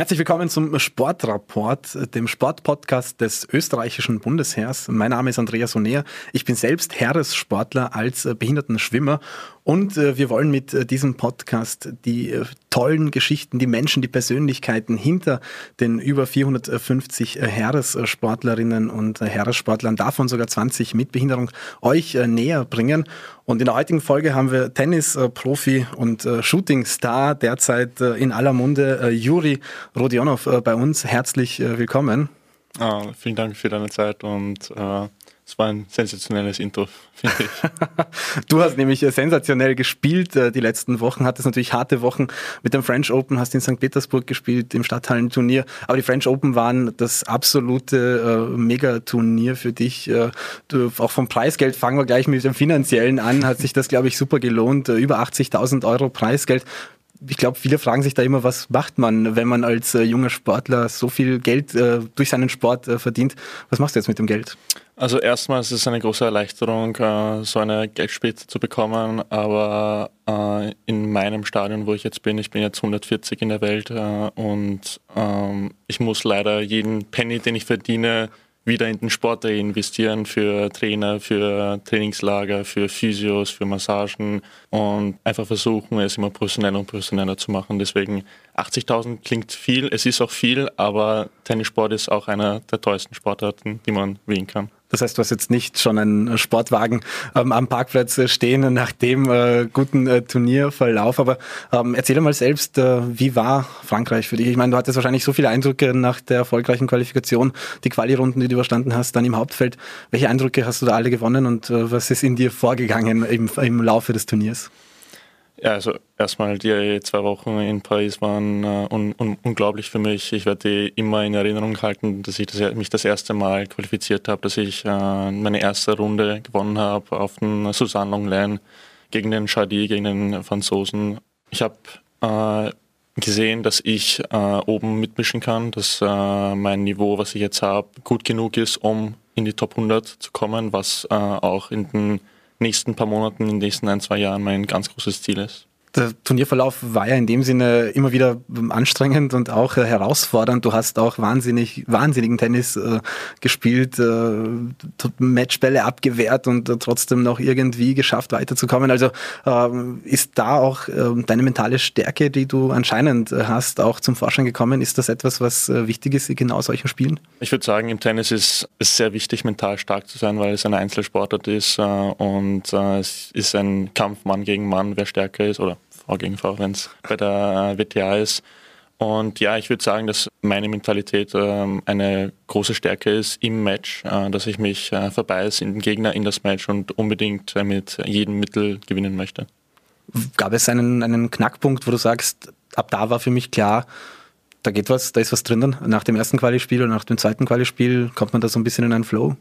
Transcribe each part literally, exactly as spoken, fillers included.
Herzlich willkommen zum Sportrapport, dem Sportpodcast des österreichischen Bundesheers. Mein Name ist Andreas Onehr. Ich bin selbst Heeressportler als Behindertenschwimmer und wir wollen mit diesem Podcast die tollen Geschichten, die Menschen, die Persönlichkeiten hinter den über vierhundertfünfzig Heeressportlerinnen und Heeressportlern, davon sogar zwanzig mit Behinderung, euch näher bringen. Und in der heutigen Folge haben wir Tennisprofi und Shootingstar, derzeit in aller Munde, Juri Rodionov bei uns. Herzlich willkommen. Ah, vielen Dank für deine Zeit und äh, es war ein sensationelles Intro, finde ich. Du hast nämlich sensationell gespielt die letzten Wochen, hattest natürlich harte Wochen mit dem French Open, hast in Sankt Petersburg gespielt, im Stadthallenturnier, aber die French Open waren das absolute äh, Megaturnier für dich. Äh, du, auch vom Preisgeld, fangen wir gleich mit dem Finanziellen an, hat sich das, glaube ich, super gelohnt, äh, über achtzigtausend Euro Preisgeld. Ich glaube, viele fragen sich da immer, was macht man, wenn man als äh, junger Sportler so viel Geld äh, durch seinen Sport äh, verdient. Was machst du jetzt mit dem Geld? Also erstmal ist es eine große Erleichterung, äh, so eine Geldspitze zu bekommen, aber äh, in meinem Stadion, wo ich jetzt bin, ich bin jetzt hundertvierzig in der Welt äh, und ähm, ich muss leider jeden Penny, den ich verdiene, wieder in den Sport investieren, für Trainer, für Trainingslager, für Physios, für Massagen und einfach versuchen, es immer professioneller und professioneller zu machen. Deswegen achtzigtausend klingt viel, es ist auch viel, aber Tennissport ist auch einer der teuersten Sportarten, die man wählen kann. Das heißt, du hast jetzt nicht schon einen Sportwagen ähm, am Parkplatz stehen nach dem äh, guten äh, Turnierverlauf. Aber ähm, erzähl mal selbst, äh, wie war Frankreich für dich? Ich meine, du hattest wahrscheinlich so viele Eindrücke nach der erfolgreichen Qualifikation, die Quali-Runden, die du überstanden hast, dann im Hauptfeld. Welche Eindrücke hast du da alle gewonnen und äh, was ist in dir vorgegangen im, im Laufe des Turniers? Ja, also erstmal die zwei Wochen in Paris waren äh, un, un, unglaublich für mich. Ich werde die immer in Erinnerung halten, dass ich das, mich das erste Mal qualifiziert habe, dass ich äh, meine erste Runde gewonnen habe auf den Suzanne Lenglen gegen den Chardy, gegen den Franzosen. Ich habe äh, gesehen, dass ich äh, oben mitmischen kann, dass äh, mein Niveau, was ich jetzt habe, gut genug ist, um in die Top hundert zu kommen, was äh, auch in den nächsten paar Monaten, in den nächsten ein, zwei Jahren mein ganz großes Ziel ist. Der Turnierverlauf war ja in dem Sinne immer wieder anstrengend und auch äh, herausfordernd. Du hast auch wahnsinnig, wahnsinnigen Tennis äh, gespielt, äh, Matchbälle abgewehrt und äh, trotzdem noch irgendwie geschafft weiterzukommen. Also äh, ist da auch äh, deine mentale Stärke, die du anscheinend äh, hast, auch zum Vorschein gekommen? Ist das etwas, was äh, wichtig ist in genau solchen Spielen? Ich würde sagen, im Tennis ist es sehr wichtig, mental stark zu sein, weil es eine Einzelsportart ist äh, und äh, es ist ein Kampf Mann gegen Mann, wer stärker ist, oder Frau gegen Frau, wenn es bei der W T A ist. Und ja, ich würde sagen, dass meine Mentalität ähm, eine große Stärke ist im Match, äh, dass ich mich äh, verbeiße in den Gegner, in das Match und unbedingt äh, mit jedem Mittel gewinnen möchte. Gab es einen, einen Knackpunkt, wo du sagst, ab da war für mich klar, da geht was, da ist was drinnen? Nach dem ersten Quali-Spiel oder nach dem zweiten Quali-Spiel kommt man da so ein bisschen in einen Flow?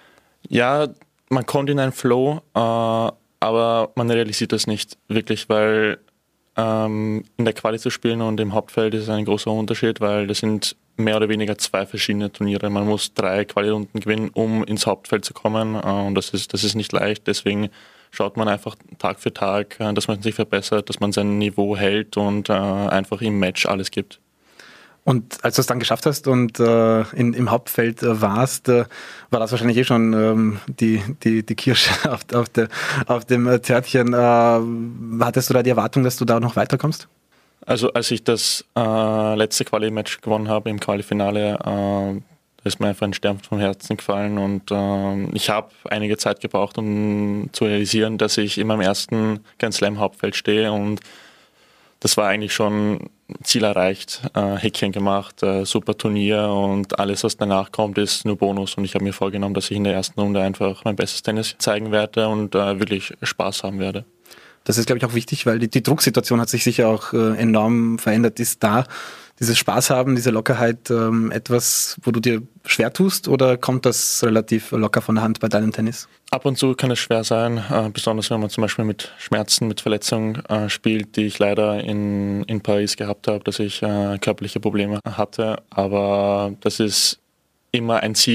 Ja, man kommt in einen Flow, äh, aber man realisiert das nicht wirklich, weil ähm, in der Quali zu spielen und im Hauptfeld ist ein großer Unterschied, weil das sind mehr oder weniger zwei verschiedene Turniere. Man muss drei Quali-Runden gewinnen, um ins Hauptfeld zu kommen äh, und das ist, das ist nicht leicht. Deswegen schaut man einfach Tag für Tag, äh, dass man sich verbessert, dass man sein Niveau hält und äh, einfach im Match alles gibt. Und als du es dann geschafft hast und äh, in, im Hauptfeld äh, warst, äh, war das wahrscheinlich eh schon ähm, die, die, die Kirsche auf, auf, der, auf dem Törtchen. Äh, hattest du da die Erwartung, dass du da noch weiterkommst? Also als ich das äh, letzte Quali-Match gewonnen habe im Quali-Finale, äh, da ist mir einfach ein Stern vom Herzen gefallen und äh, ich habe einige Zeit gebraucht, um zu realisieren, dass ich in meinem ersten Grand Slam-Hauptfeld stehe und das war eigentlich schon Ziel erreicht, äh, Häkchen gemacht, äh, super Turnier und alles, was danach kommt, ist nur Bonus. Und ich habe mir vorgenommen, dass ich in der ersten Runde einfach mein bestes Tennis zeigen werde und äh, wirklich Spaß haben werde. Das ist, glaube ich, auch wichtig, weil die, die Drucksituation hat sich sicher auch äh, enorm verändert. Ist da dieses Spaß haben, diese Lockerheit ähm, etwas, wo du dir schwer tust oder kommt das relativ locker von der Hand bei deinem Tennis? Ab und zu kann es schwer sein, äh, besonders wenn man zum Beispiel mit Schmerzen, mit Verletzungen äh, spielt, die ich leider in, in Paris gehabt habe, dass ich äh, körperliche Probleme hatte. Aber das ist immer ein Ziel,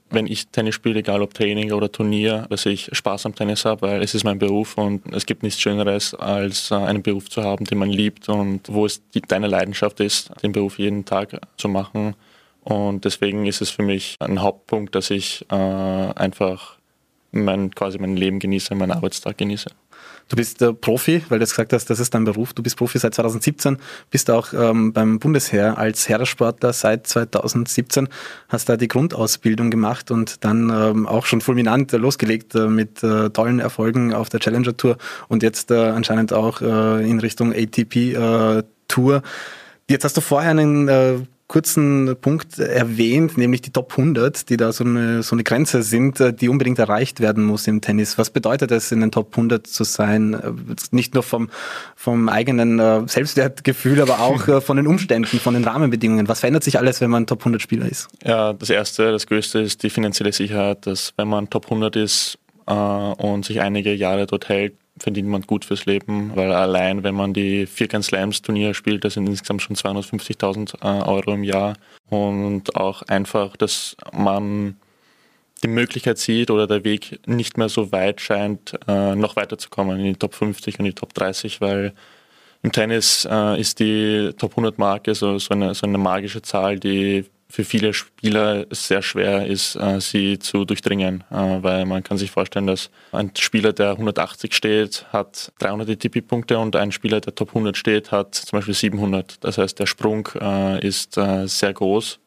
wenn ich Tennis spiele, egal ob Training oder Turnier, dass ich Spaß am Tennis habe, weil es ist mein Beruf und es gibt nichts Schöneres, als einen Beruf zu haben, den man liebt und wo es die, deine Leidenschaft ist, den Beruf jeden Tag zu machen. Und deswegen ist es für mich ein Hauptpunkt, dass ich äh, einfach mein, quasi mein Leben genieße, meinen Arbeitstag genieße. Du bist äh, Profi, weil du jetzt gesagt hast, das ist dein Beruf. Du bist Profi seit zweitausendsiebzehn, bist auch ähm, beim Bundesheer als Heeressportler seit zweitausendsiebzehn, hast da die Grundausbildung gemacht und dann ähm, auch schon fulminant äh, losgelegt äh, mit äh, tollen Erfolgen auf der Challenger Tour und jetzt äh, anscheinend auch äh, in Richtung A T P äh, Tour. Jetzt hast du vorher einen äh, kurzen Punkt erwähnt, nämlich die Top hundert, die da so eine, so eine Grenze sind, die unbedingt erreicht werden muss im Tennis. Was bedeutet es, in den Top hundert zu sein? Nicht nur vom, vom eigenen Selbstwertgefühl, aber auch von den Umständen, von den Rahmenbedingungen. Was verändert sich alles, wenn man Top hundert Spieler ist? Ja, das Erste, das Größte ist die finanzielle Sicherheit, dass wenn man Top hundert ist äh, und sich einige Jahre dort hält, verdient man gut fürs Leben, weil allein, wenn man die vier Grand Slams Turnier spielt, das sind insgesamt schon zweihundertfünfzigtausend äh, Euro im Jahr und auch einfach, dass man die Möglichkeit sieht oder der Weg nicht mehr so weit scheint, äh, noch weiterzukommen in die Top fünfzig und die Top dreißig, weil im Tennis äh, ist die Top hundert Marke so, so, eine, so eine magische Zahl, die für viele Spieler sehr schwer ist, äh, sie zu durchdringen, äh, weil man kann sich vorstellen, dass ein Spieler, der hundertachtzig steht, hat dreihundert A T P-Punkte und ein Spieler, der Top hundert steht, hat zum Beispiel siebenhundert. Das heißt, der Sprung äh, ist äh, sehr groß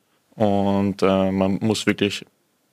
und äh, man muss wirklich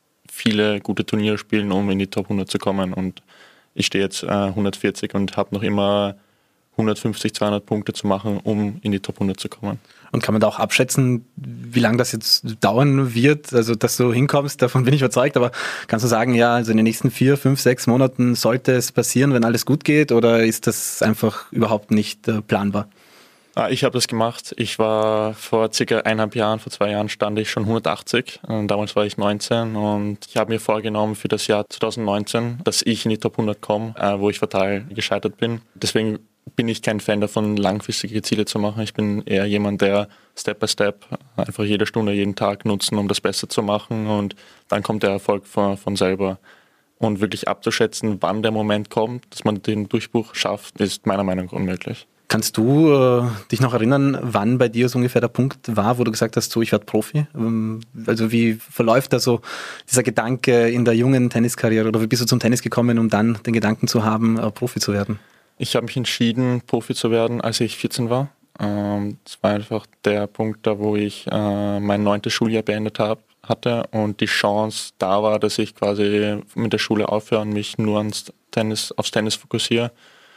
viele gute Turniere spielen, um in die Top hundert zu kommen. Und ich stehe jetzt äh, hundertvierzig und habe noch immer hundertfünfzig, zweihundert Punkte zu machen, um in die Top hundert zu kommen. Und kann man da auch abschätzen, wie lange das jetzt dauern wird, also dass du hinkommst, davon bin ich überzeugt, aber kannst du sagen, ja, also in den nächsten vier, fünf, sechs Monaten sollte es passieren, wenn alles gut geht, oder ist das einfach überhaupt nicht äh, planbar? Ich habe das gemacht. Ich war vor circa eineinhalb Jahren, vor zwei Jahren stand ich schon hundertachtzig. Damals war ich neunzehn und ich habe mir vorgenommen für das Jahr zweitausendneunzehn, dass ich in die Top hundert komme, wo ich fatal gescheitert bin. Deswegen bin ich kein Fan davon, langfristige Ziele zu machen. Ich bin eher jemand, der Step by Step einfach jede Stunde, jeden Tag nutzen, um das Beste zu machen, und dann kommt der Erfolg von, von selber. Und wirklich abzuschätzen, wann der Moment kommt, dass man den Durchbruch schafft, ist meiner Meinung nach unmöglich. Kannst du äh, dich noch erinnern, wann bei dir so ungefähr der Punkt war, wo du gesagt hast, so, ich werde Profi? Ähm, also wie verläuft da so dieser Gedanke in der jungen Tenniskarriere, oder wie bist du zum Tennis gekommen, um dann den Gedanken zu haben, äh, Profi zu werden? Ich habe mich entschieden, Profi zu werden, als ich vierzehn war. Ähm, das war einfach der Punkt, da wo ich äh, mein neuntes Schuljahr beendet habe, hatte und die Chance da war, dass ich quasi mit der Schule aufhöre und mich nur ans Tennis, aufs Tennis fokussiere.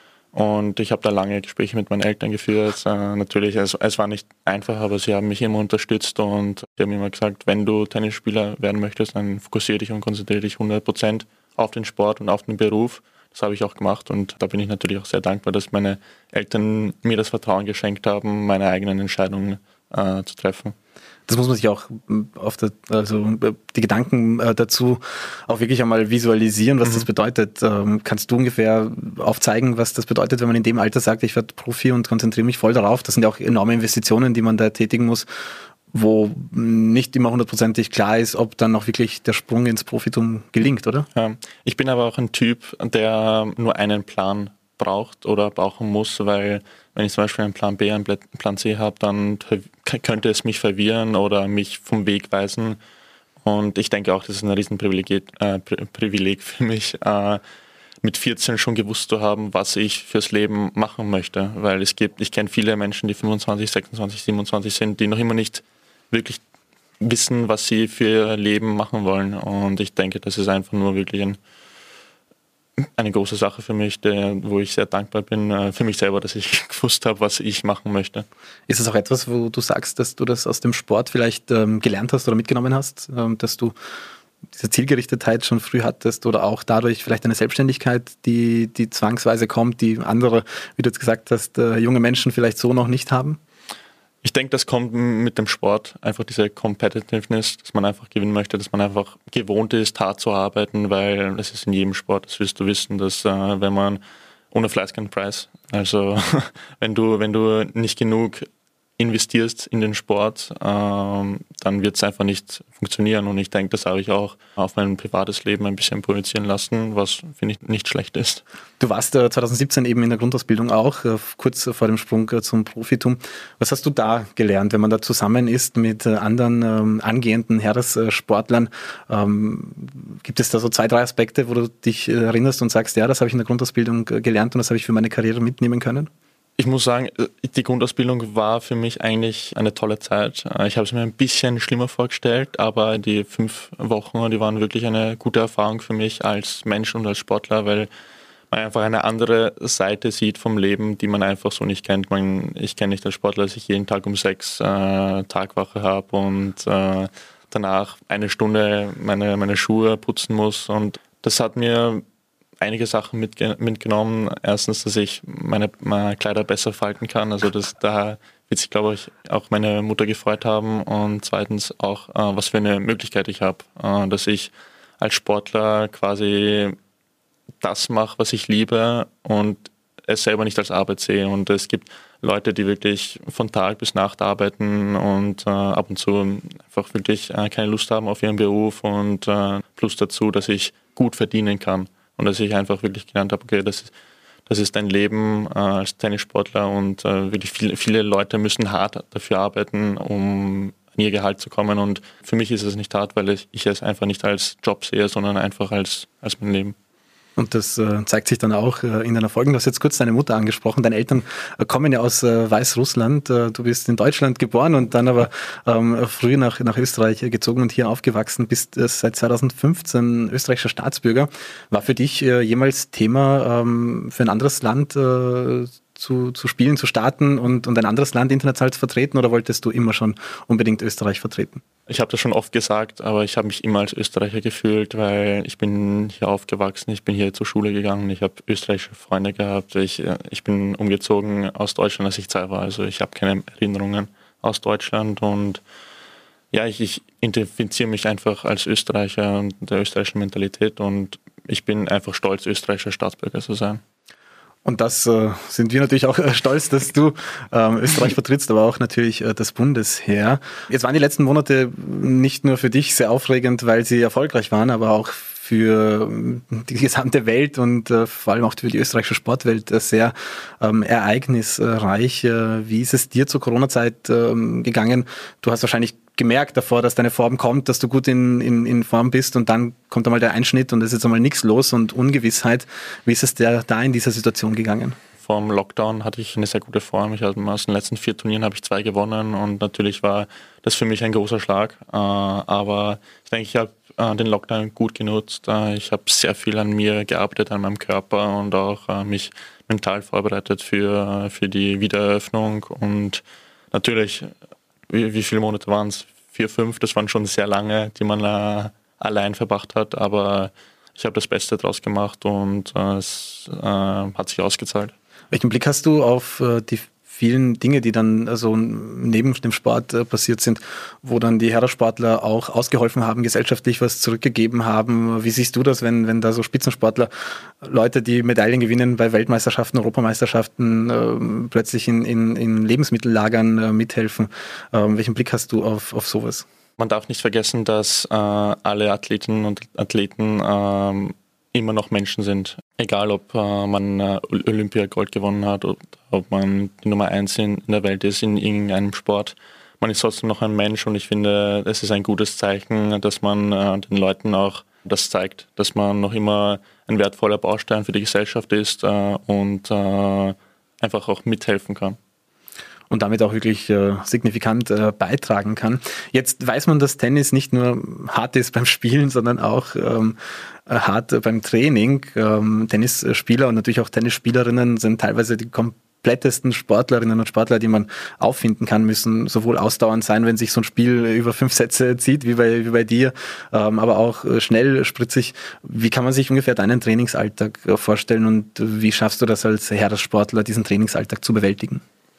Und ich habe da lange Gespräche mit meinen Eltern geführt. Äh, natürlich, es, es war nicht einfach, aber sie haben mich immer unterstützt und sie haben immer gesagt, wenn du Tennisspieler werden möchtest, dann fokussiere dich und konzentriere dich hundert Prozent auf den Sport und auf den Beruf. Das habe ich auch gemacht und da bin ich natürlich auch sehr dankbar, dass meine Eltern mir das Vertrauen geschenkt haben, meine eigenen Entscheidungen äh, zu treffen. Das muss man sich auch auf der, also die Gedanken dazu auch wirklich einmal visualisieren, was mhm. das bedeutet. Kannst du ungefähr aufzeigen, was das bedeutet, wenn man in dem Alter sagt, ich werde Profi und konzentriere mich voll darauf? Das sind ja auch enorme Investitionen, die man da tätigen muss, wo nicht immer hundertprozentig klar ist, ob dann auch wirklich der Sprung ins Profitum gelingt, oder? Ja, ich bin aber auch ein Typ, der nur einen Plan braucht oder brauchen muss, weil wenn ich zum Beispiel einen Plan B, einen Plan C habe, dann könnte es mich verwirren oder mich vom Weg weisen. Und ich denke auch, das ist ein Riesenprivileg äh, Privileg für mich, äh, mit vierzehn schon gewusst zu haben, was ich fürs Leben machen möchte. Weil es gibt, ich kenne viele Menschen, die fünfundzwanzig, sechsundzwanzig, siebenundzwanzig sind, die noch immer nicht wirklich wissen, was sie für ihr Leben machen wollen. Und ich denke, das ist einfach nur wirklich ein eine große Sache für mich, der, wo ich sehr dankbar bin, für mich selber, dass ich gewusst habe, was ich machen möchte. Ist es auch etwas, wo du sagst, dass du das aus dem Sport vielleicht ähm, gelernt hast oder mitgenommen hast, ähm, dass du diese Zielgerichtetheit schon früh hattest oder auch dadurch vielleicht eine Selbstständigkeit, die, die zwangsweise kommt, die andere, wie du jetzt gesagt hast, äh, junge Menschen vielleicht so noch nicht haben? Ich denke, das kommt mit dem Sport, einfach diese Competitiveness, dass man einfach gewinnen möchte, dass man einfach gewohnt ist, hart zu arbeiten, weil es ist in jedem Sport, das wirst du wissen, dass äh, wenn man ohne Fleiß kein Preis, also wenn du, wenn du nicht genug investierst in den Sport, ähm, dann wird es einfach nicht funktionieren. Und ich denke, das habe ich auch auf mein privates Leben ein bisschen projizieren lassen, was, finde ich, nicht schlecht ist. Du warst äh, zwanzig siebzehn eben in der Grundausbildung auch, äh, kurz vor dem Sprung äh, zum Profitum. Was hast du da gelernt, wenn man da zusammen ist mit äh, anderen ähm, angehenden Heeressportlern? Ähm, gibt es da so zwei, drei Aspekte, wo du dich äh, erinnerst und sagst, ja, das habe ich in der Grundausbildung äh, gelernt und das habe ich für meine Karriere mitnehmen können? Ich muss sagen, die Grundausbildung war für mich eigentlich eine tolle Zeit. Ich habe es mir ein bisschen schlimmer vorgestellt, aber die fünf Wochen, die waren wirklich eine gute Erfahrung für mich als Mensch und als Sportler, weil man einfach eine andere Seite sieht vom Leben, die man einfach so nicht kennt. Man, ich kenne nicht als Sportler, dass ich jeden Tag um sechs äh, Tagwache habe und äh, danach eine Stunde meine, meine Schuhe putzen muss. Und das hat mir einige Sachen mitge- mitgenommen. Erstens, dass ich meine, meine Kleider besser falten kann. Also das, da wird sich, glaube ich, auch meine Mutter gefreut haben. Und zweitens auch, äh, was für eine Möglichkeit ich habe. Äh, dass ich als Sportler quasi das mache, was ich liebe und es selber nicht als Arbeit sehe. Und es gibt Leute, die wirklich von Tag bis Nacht arbeiten und äh, ab und zu einfach wirklich äh, keine Lust haben auf ihren Beruf und äh, plus dazu, dass ich gut verdienen kann. Und dass ich einfach wirklich gelernt habe, okay, das ist, das ist dein Leben äh, als Tennissportler und äh, wirklich viele, viele Leute müssen hart dafür arbeiten, um an ihr Gehalt zu kommen. Und für mich ist es nicht hart, weil ich, ich es einfach nicht als Job sehe, sondern einfach als, als mein Leben. Und das äh, zeigt sich dann auch äh, in deiner Folge. Du hast jetzt kurz deine Mutter angesprochen. Deine Eltern äh, kommen ja aus äh, Weißrussland. Äh, du bist in Deutschland geboren und dann aber ähm, früh nach, nach Österreich gezogen und hier aufgewachsen. Bist äh, seit zwanzig fünfzehn österreichischer Staatsbürger. War für dich äh, jemals Thema, ähm, für ein anderes Land äh, zu, zu spielen, zu starten und, und ein anderes Land international zu vertreten, oder wolltest du immer schon unbedingt Österreich vertreten? Ich habe das schon oft gesagt, aber ich habe mich immer als Österreicher gefühlt, weil ich bin hier aufgewachsen, ich bin hier zur Schule gegangen, ich habe österreichische Freunde gehabt, ich, ich bin umgezogen aus Deutschland, als ich zwei war, also ich habe keine Erinnerungen aus Deutschland und ja, ich, ich identifiziere mich einfach als Österreicher und der österreichischen Mentalität und ich bin einfach stolz, österreichischer Staatsbürger zu sein. Und das äh, sind wir natürlich auch äh, stolz, dass du ähm, Österreich vertrittst, aber auch natürlich äh, das Bundesheer. Jetzt waren die letzten Monate nicht nur für dich sehr aufregend, weil sie erfolgreich waren, aber auch für die gesamte Welt und äh, vor allem auch für die österreichische Sportwelt äh, sehr ähm, ereignisreich. Äh, wie ist es dir zur Corona-Zeit ähm, gegangen? Du hast wahrscheinlich gemerkt davor, dass deine Form kommt, dass du gut in, in, in Form bist und dann kommt einmal der Einschnitt und es ist jetzt einmal nichts los und Ungewissheit. Wie ist es dir da in dieser Situation gegangen? Vor dem Lockdown hatte ich eine sehr gute Form. Ich hatte aus den letzten vier Turnieren habe ich zwei gewonnen und natürlich war das für mich ein großer Schlag. Aber ich denke, ich habe den Lockdown gut genutzt. Ich habe sehr viel an mir gearbeitet, an meinem Körper und auch mich mental vorbereitet für, für die Wiedereröffnung. Und natürlich, wie, wie viele Monate waren es? Vier, fünf, das waren schon sehr lange, die man äh, allein verbracht hat. Aber ich habe das Beste draus gemacht und äh, es äh, hat sich ausgezahlt. Welchen Blick hast du auf äh, die vielen Dinge, die dann also neben dem Sport äh, passiert sind, wo dann die Herrensportler auch ausgeholfen haben, gesellschaftlich was zurückgegeben haben? Wie siehst du das, wenn, wenn da so Spitzensportler, Leute, die Medaillen gewinnen bei Weltmeisterschaften, Europameisterschaften, äh, plötzlich in, in, in Lebensmittellagern äh, mithelfen? Äh, welchen Blick hast du auf, auf sowas? Man darf nicht vergessen, dass äh, alle Athletinnen und Athleten äh, immer noch Menschen sind. Egal, ob äh, man äh, Olympia-Gold gewonnen hat oder ob man die Nummer eins in, in der Welt ist in irgendeinem Sport. Man ist trotzdem noch ein Mensch und ich finde, es ist ein gutes Zeichen, dass man äh, den Leuten auch das zeigt, dass man noch immer ein wertvoller Baustein für die Gesellschaft ist äh, und äh, einfach auch mithelfen kann. Und damit auch wirklich äh, signifikant äh, beitragen kann. Jetzt weiß man, dass Tennis nicht nur hart ist beim Spielen, sondern auch ähm, hart äh, beim Training. Ähm, Tennisspieler und natürlich auch Tennisspielerinnen sind teilweise die komplettesten Sportlerinnen und Sportler, die man auffinden kann, müssen sowohl ausdauernd sein, wenn sich so ein Spiel über fünf Sätze zieht, wie bei, wie bei dir, ähm, aber auch äh, schnell, spritzig. Wie kann man sich ungefähr deinen Trainingsalltag äh, vorstellen und wie schaffst du das als Herrensportler, diesen Trainingsalltag zu bewältigen?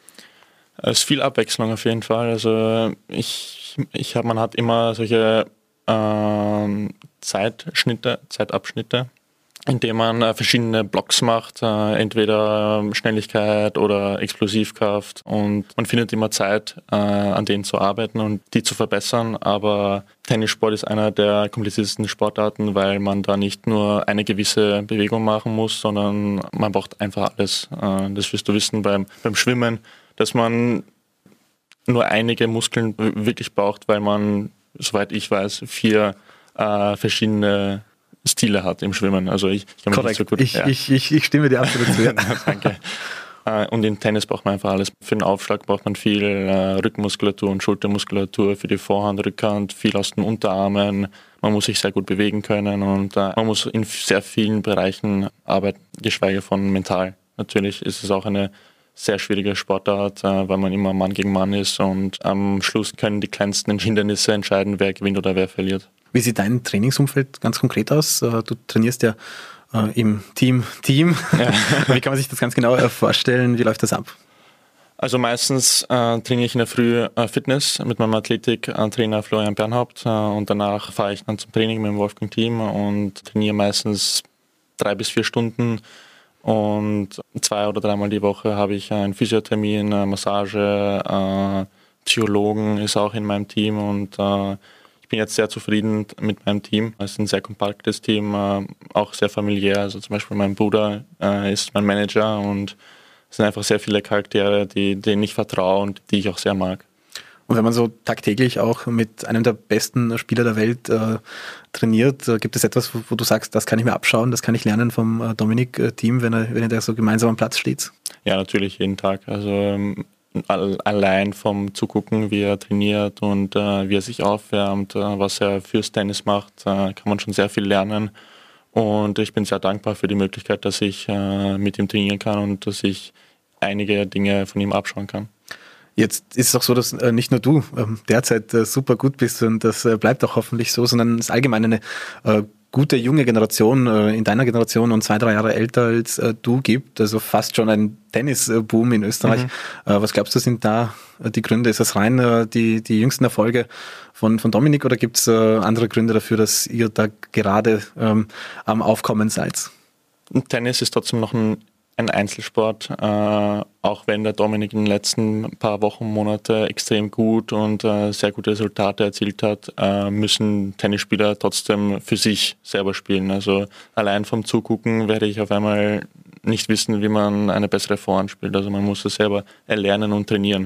Es ist viel Abwechslung auf jeden Fall. Also ich, ich hab, man hat immer solche ähm, Zeitschnitte, Zeitabschnitte. indem man äh, verschiedene Blocks macht, äh, entweder Schnelligkeit oder Explosivkraft, und man findet immer Zeit, äh, an denen zu arbeiten und die zu verbessern. Aber Tennissport ist einer der kompliziertesten Sportarten, weil man da nicht nur eine gewisse Bewegung machen muss, sondern man braucht einfach alles. Äh, das wirst du wissen beim, beim Schwimmen, dass man nur einige Muskeln wirklich braucht, weil man, soweit ich weiß, vier äh, verschiedene Stile hat im Schwimmen. Also ich, ich kann mich Korrekt. nicht so gut. Ich, Ja. ich, ich, ich stimme dir absolut zu. Ja. Danke. Und im Tennis braucht man einfach alles. Für den Aufschlag braucht man viel äh, Rückenmuskulatur und Schultermuskulatur, für die Vorhand, Rückhand, viel aus den Unterarmen. Man muss sich sehr gut bewegen können und äh, man muss in sehr vielen Bereichen arbeiten, geschweige von mental. Natürlich ist es auch eine sehr schwierige Sportart, äh, weil man immer Mann gegen Mann ist, und am Schluss können die kleinsten Hindernisse entscheiden, wer gewinnt oder wer verliert. Wie sieht dein Trainingsumfeld ganz konkret aus? Du trainierst ja äh, im Team. Team. Ja. Wie kann man sich das ganz genau äh, vorstellen? Wie läuft das ab? Also meistens äh, trainiere ich in der Früh äh, Fitness mit meinem Athletiktrainer Florian Bernhaupt, äh, und danach fahre ich dann zum Training mit dem Wolfgang Team und trainiere meistens drei bis vier Stunden. Und zwei oder dreimal die Woche habe ich einen Physiothermin, eine Massage, äh, Psychologen ist auch in meinem Team, und äh, ich bin jetzt sehr zufrieden mit meinem Team. Es ist ein sehr kompaktes Team, äh, auch sehr familiär. Also zum Beispiel mein Bruder äh, ist mein Manager, und es sind einfach sehr viele Charaktere, die, denen ich vertraue und die ich auch sehr mag. Und wenn man so tagtäglich auch mit einem der besten Spieler der Welt äh, trainiert, äh, gibt es etwas, wo, wo du sagst, das kann ich mir abschauen, das kann ich lernen vom äh, Dominik-Team, wenn er, wenn er da so gemeinsam am Platz steht? Ja, natürlich, jeden Tag. Also ähm, all, allein vom Zugucken, wie er trainiert und äh, wie er sich aufwärmt, äh, was er fürs Tennis macht, äh, kann man schon sehr viel lernen. Und ich bin sehr dankbar für die Möglichkeit, dass ich äh, mit ihm trainieren kann und dass ich einige Dinge von ihm abschauen kann. Jetzt ist es auch so, dass äh, nicht nur du ähm, derzeit äh, super gut bist, und das äh, bleibt auch hoffentlich so, sondern es allgemein eine äh, gute junge Generation äh, in deiner Generation und zwei, drei Jahre älter als äh, du gibt. Also fast schon ein Tennisboom in Österreich. Mhm. Äh, was glaubst du, sind da äh, die Gründe? Ist das rein äh, die, die jüngsten Erfolge von, von Dominik, oder gibt es äh, andere Gründe dafür, dass ihr da gerade ähm, am Aufkommen seid? Tennis ist trotzdem noch ein ein Einzelsport, äh, auch wenn der Dominik in den letzten paar Wochen, Monate extrem gut und äh, sehr gute Resultate erzielt hat, äh, müssen Tennisspieler trotzdem für sich selber spielen. Also allein vom Zugucken werde ich auf einmal nicht wissen, wie man eine bessere Vorhand spielt. Also man muss es selber erlernen und trainieren.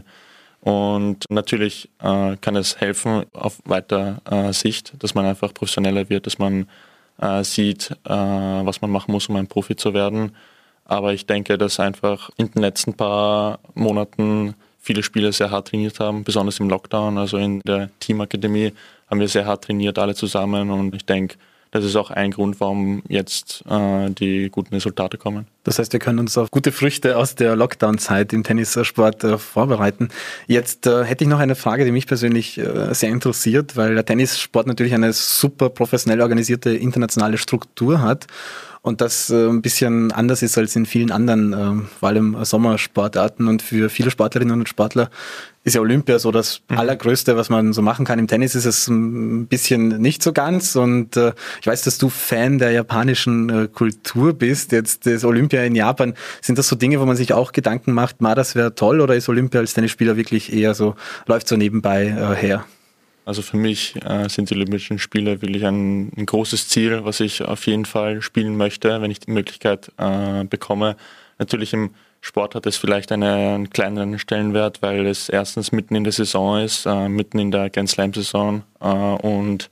Und natürlich äh, kann es helfen auf weiter äh, Sicht, dass man einfach professioneller wird, dass man äh, sieht, äh, was man machen muss, um ein Profi zu werden. Aber ich denke, dass einfach in den letzten paar Monaten viele Spieler sehr hart trainiert haben, besonders im Lockdown. Also in der Teamakademie haben wir sehr hart trainiert, alle zusammen. Und ich denke, das ist auch ein Grund, warum jetzt äh, die guten Resultate kommen. Das heißt, wir können uns auf gute Früchte aus der Lockdown-Zeit im Tennissport äh, vorbereiten. Jetzt äh, hätte ich noch eine Frage, die mich persönlich äh, sehr interessiert, weil der Tennissport natürlich eine super professionell organisierte internationale Struktur hat und das äh, ein bisschen anders ist als in vielen anderen, äh, vor allem Sommersportarten. Und für viele Sportlerinnen und Sportler ist ja Olympia so das mhm. Allergrößte, was man so machen kann. Im Tennis ist es ein bisschen nicht so ganz. Und äh, ich weiß, dass du Fan der japanischen äh, Kultur bist. Jetzt das Olympia in Japan. Sind das so Dinge, wo man sich auch Gedanken macht, ma, das wäre toll, oder ist Olympia als Tennisspieler wirklich eher so, läuft so nebenbei äh, her? Also für mich äh, sind die Olympischen Spiele wirklich ein, ein großes Ziel, was ich auf jeden Fall spielen möchte, wenn ich die Möglichkeit äh, bekomme. Natürlich im Sport hat es vielleicht eine, einen kleineren Stellenwert, weil es erstens mitten in der Saison ist, äh, mitten in der Grand Slam-Saison äh, und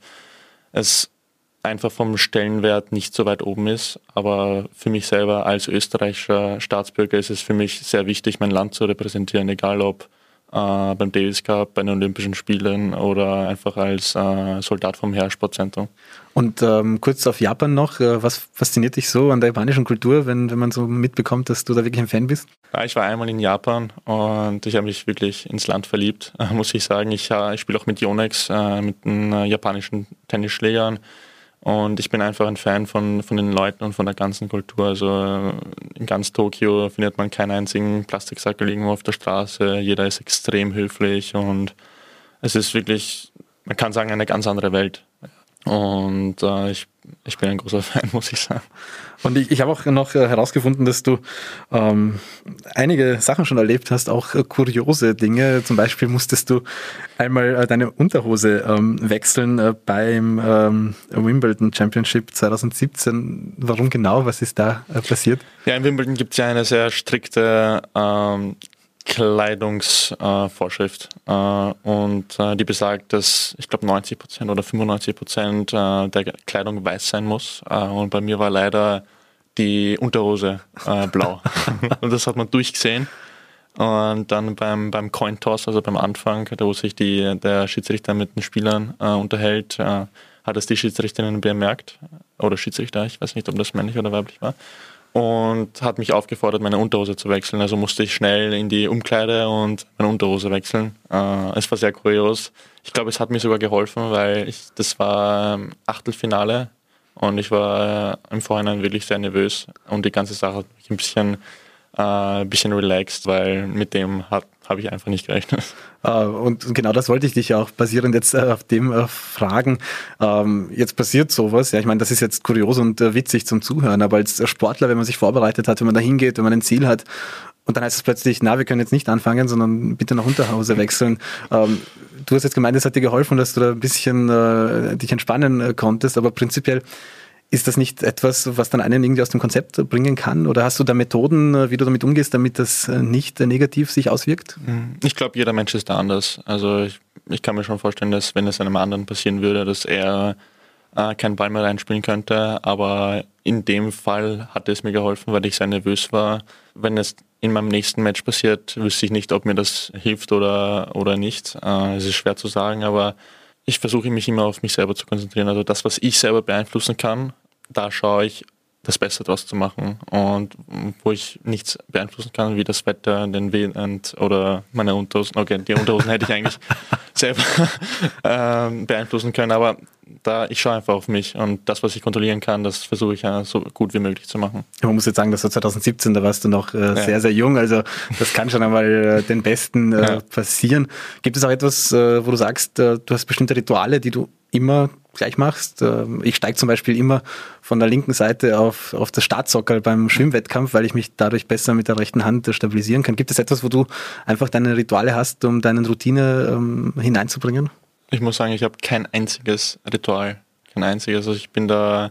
es einfach vom Stellenwert nicht so weit oben ist. Aber für mich selber als österreichischer Staatsbürger ist es für mich sehr wichtig, mein Land zu repräsentieren, egal ob äh, beim Davis Cup, bei den Olympischen Spielen oder einfach als äh, Soldat vom Heersportzentrum. Und ähm, kurz auf Japan noch, äh, was fasziniert dich so an der japanischen Kultur, wenn, wenn man so mitbekommt, dass du da wirklich ein Fan bist? Ja, ich war einmal in Japan und ich habe mich wirklich ins Land verliebt, äh, muss ich sagen. Ich, äh, ich spiele auch mit Yonex, äh, mit den äh, japanischen Tennisschlägern. Und ich bin einfach ein Fan von, von den Leuten und von der ganzen Kultur. Also in ganz Tokio findet man keinen einzigen Plastiksackel irgendwo auf der Straße. Jeder ist extrem höflich und es ist wirklich, man kann sagen, eine ganz andere Welt. Und äh, ich ich bin ein großer Fan, muss ich sagen. Und ich, ich habe auch noch herausgefunden, dass du ähm, einige Sachen schon erlebt hast, auch äh, kuriose Dinge. Zum Beispiel musstest du einmal äh, deine Unterhose ähm, wechseln äh, beim ähm, Wimbledon Championship zwanzig siebzehn. Warum genau? Was ist da äh, passiert? Ja, in Wimbledon gibt es ja eine sehr strikte ähm, Kleidungsvorschrift äh, äh, und äh, die besagt, dass ich glaube neunzig Prozent oder fünfundneunzig Prozent äh, der Kleidung weiß sein muss äh, und bei mir war leider die Unterhose äh, blau und das hat man durchgesehen und dann beim, beim Coin Toss, also beim Anfang, da wo sich die, der Schiedsrichter mit den Spielern äh, unterhält, äh, hat es die Schiedsrichterin bemerkt oder Schiedsrichter, ich weiß nicht, ob das männlich oder weiblich war, und hat mich aufgefordert, meine Unterhose zu wechseln. Also musste ich schnell in die Umkleide und meine Unterhose wechseln. Äh, es war sehr kurios. Ich glaube, es hat mir sogar geholfen, weil ich, das war Achtelfinale und ich war im Vorhinein wirklich sehr nervös und die ganze Sache hat mich ein bisschen, äh, ein bisschen relaxed, weil mit dem habe hab ich einfach nicht gerechnet. Und genau das wollte ich dich auch basierend jetzt auf dem fragen. Jetzt passiert sowas, ja, ich meine, das ist jetzt kurios und witzig zum Zuhören, aber als Sportler, wenn man sich vorbereitet hat, wenn man da hingeht, wenn man ein Ziel hat und dann heißt es plötzlich, na, wir können jetzt nicht anfangen, sondern bitte nach Unterhose wechseln. Du hast jetzt gemeint, es hat dir geholfen, dass du da ein bisschen dich entspannen konntest, aber prinzipiell ist das nicht etwas, was dann einen irgendwie aus dem Konzept bringen kann? Oder hast du da Methoden, wie du damit umgehst, damit das nicht negativ sich auswirkt? Ich glaube, jeder Mensch ist da anders. Also ich, ich kann mir schon vorstellen, dass wenn es einem anderen passieren würde, dass er äh, keinen Ball mehr reinspielen könnte. Aber in dem Fall hat es mir geholfen, weil ich sehr nervös war. Wenn es in meinem nächsten Match passiert, wüsste ich nicht, ob mir das hilft oder, oder nicht. Äh, es ist schwer zu sagen, aber ich versuche mich immer auf mich selber zu konzentrieren. Also das, was ich selber beeinflussen kann, da schaue ich, das Beste draus zu machen. Und wo ich nichts beeinflussen kann, wie das Wetter, den Wind oder meine Unterhosen, okay, die Unterhosen hätte ich eigentlich selber ähm, beeinflussen können, aber da ich schaue einfach auf mich und das, was ich kontrollieren kann, das versuche ich ja so gut wie möglich zu machen. Man muss jetzt sagen, das war zwanzig siebzehn, da warst du noch äh, ja. sehr, sehr jung, also das kann schon einmal äh, den Besten äh, ja. passieren. Gibt es auch etwas, äh, wo du sagst, äh, du hast bestimmte Rituale, die du immer gleich machst? Äh, ich steige zum Beispiel immer von der linken Seite auf, auf das Startsockel beim Schwimmwettkampf, weil ich mich dadurch besser mit der rechten Hand äh, stabilisieren kann. Gibt es etwas, wo du einfach deine Rituale hast, um deine Routine ähm, hineinzubringen? Ich muss sagen, ich habe kein einziges Ritual. Kein einziges. Also ich bin da...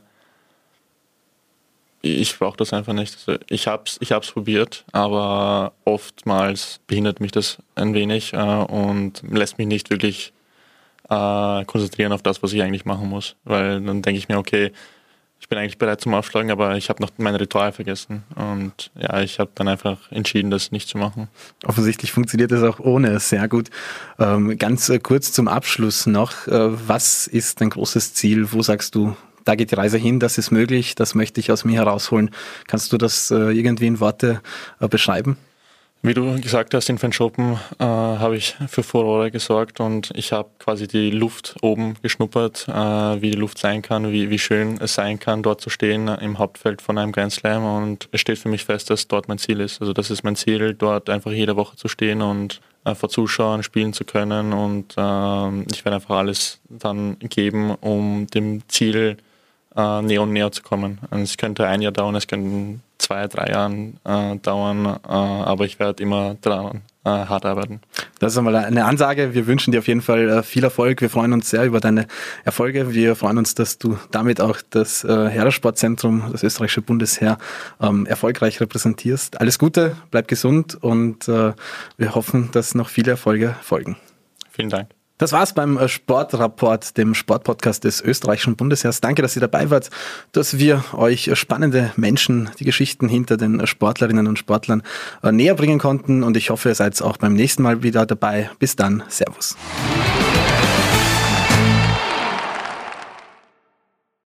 Ich brauche das einfach nicht. Also ich habe es ich hab's probiert, aber oftmals behindert mich das ein wenig äh, und lässt mich nicht wirklich äh, konzentrieren auf das, was ich eigentlich machen muss. Weil dann denke ich mir, okay, ich bin eigentlich bereit zum Aufschlagen, aber ich habe noch mein Ritual vergessen. Und ja, ich habe dann einfach entschieden, das nicht zu machen. Offensichtlich funktioniert das auch ohne sehr gut. Ähm, ganz äh, kurz zum Abschluss noch. Äh, was ist dein großes Ziel? Wo sagst du, da geht die Reise hin, das ist möglich, das möchte ich aus mir herausholen. Kannst du das äh, irgendwie in Worte äh, beschreiben? Wie du gesagt hast, in French Open äh, habe ich für Furore gesorgt und ich habe quasi die Luft oben geschnuppert, äh, wie die Luft sein kann, wie, wie schön es sein kann, dort zu stehen im Hauptfeld von einem Grand Slam, und es steht für mich fest, dass dort mein Ziel ist. Also das ist mein Ziel, dort einfach jede Woche zu stehen und äh, vor Zuschauern spielen zu können, und äh, ich werde einfach alles dann geben, um dem Ziel äh, näher und näher zu kommen. Und es könnte ein Jahr dauern, es könnten zwei, drei Jahren äh, dauern, äh, aber ich werde immer dran äh, hart arbeiten. Das ist einmal eine Ansage. Wir wünschen dir auf jeden Fall äh, viel Erfolg. Wir freuen uns sehr über deine Erfolge. Wir freuen uns, dass du damit auch das äh, Heeressportzentrum, das österreichische Bundesheer, ähm, erfolgreich repräsentierst. Alles Gute, bleib gesund, und äh, wir hoffen, dass noch viele Erfolge folgen. Vielen Dank. Das war's beim Sportrapport, dem Sportpodcast des österreichischen Bundesheers. Danke, dass ihr dabei wart, dass wir euch spannende Menschen, die Geschichten hinter den Sportlerinnen und Sportlern näher bringen konnten, und ich hoffe, ihr seid auch beim nächsten Mal wieder dabei. Bis dann, Servus.